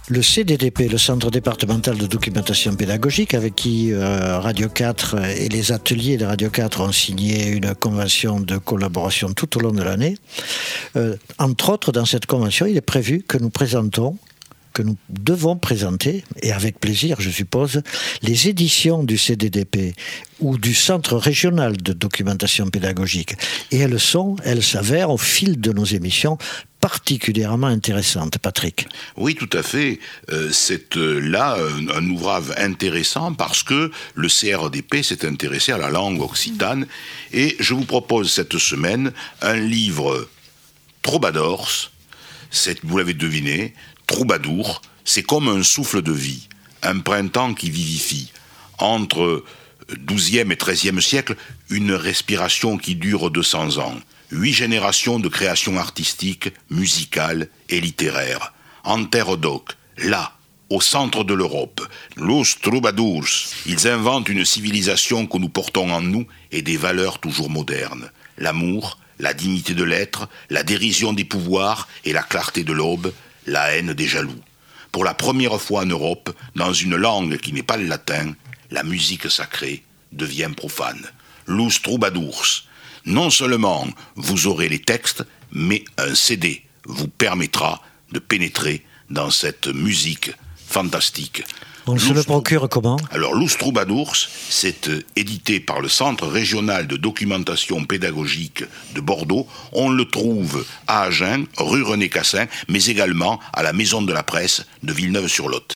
Le CDDP, le Centre départemental de documentation pédagogique, avec qui Radio 4 et les ateliers de Radio 4 ont signé une convention de collaboration tout au long de l'année. Entre autres, dans cette convention, il est prévu que nous devons présenter, et avec plaisir je suppose, les éditions du CDDP ou du Centre régional de documentation pédagogique. Et elles s'avèrent au fil de nos émissions particulièrement intéressantes. Patrick. Oui, tout à fait. C'est là un ouvrage intéressant parce que le CRDP s'est intéressé à la langue occitane et je vous propose cette semaine un livre Troubadours, vous l'avez deviné, Troubadour, c'est comme un souffle de vie, un printemps qui vivifie. Entre XIIe et XIIIe siècle, une respiration qui dure 200 ans. 8 générations de créations artistiques, musicales et littéraires. En terre d'oc, là, au centre de l'Europe, los troubadours, ils inventent une civilisation que nous portons en nous et des valeurs toujours modernes. L'amour, la dignité de l'être, la dérision des pouvoirs et la clarté de l'aube, la haine des jaloux. Pour la première fois en Europe, dans une langue qui n'est pas le latin, la musique sacrée devient profane. Los troubadours. Non seulement vous aurez les textes, mais un CD vous permettra de pénétrer dans cette musique fantastique. On se le procure comment ? Alors, Los Troubadours, c'est édité par le Centre régional de documentation pédagogique de Bordeaux. On le trouve à Agen, rue René Cassin, mais également à la Maison de la Presse de Villeneuve-sur-Lot.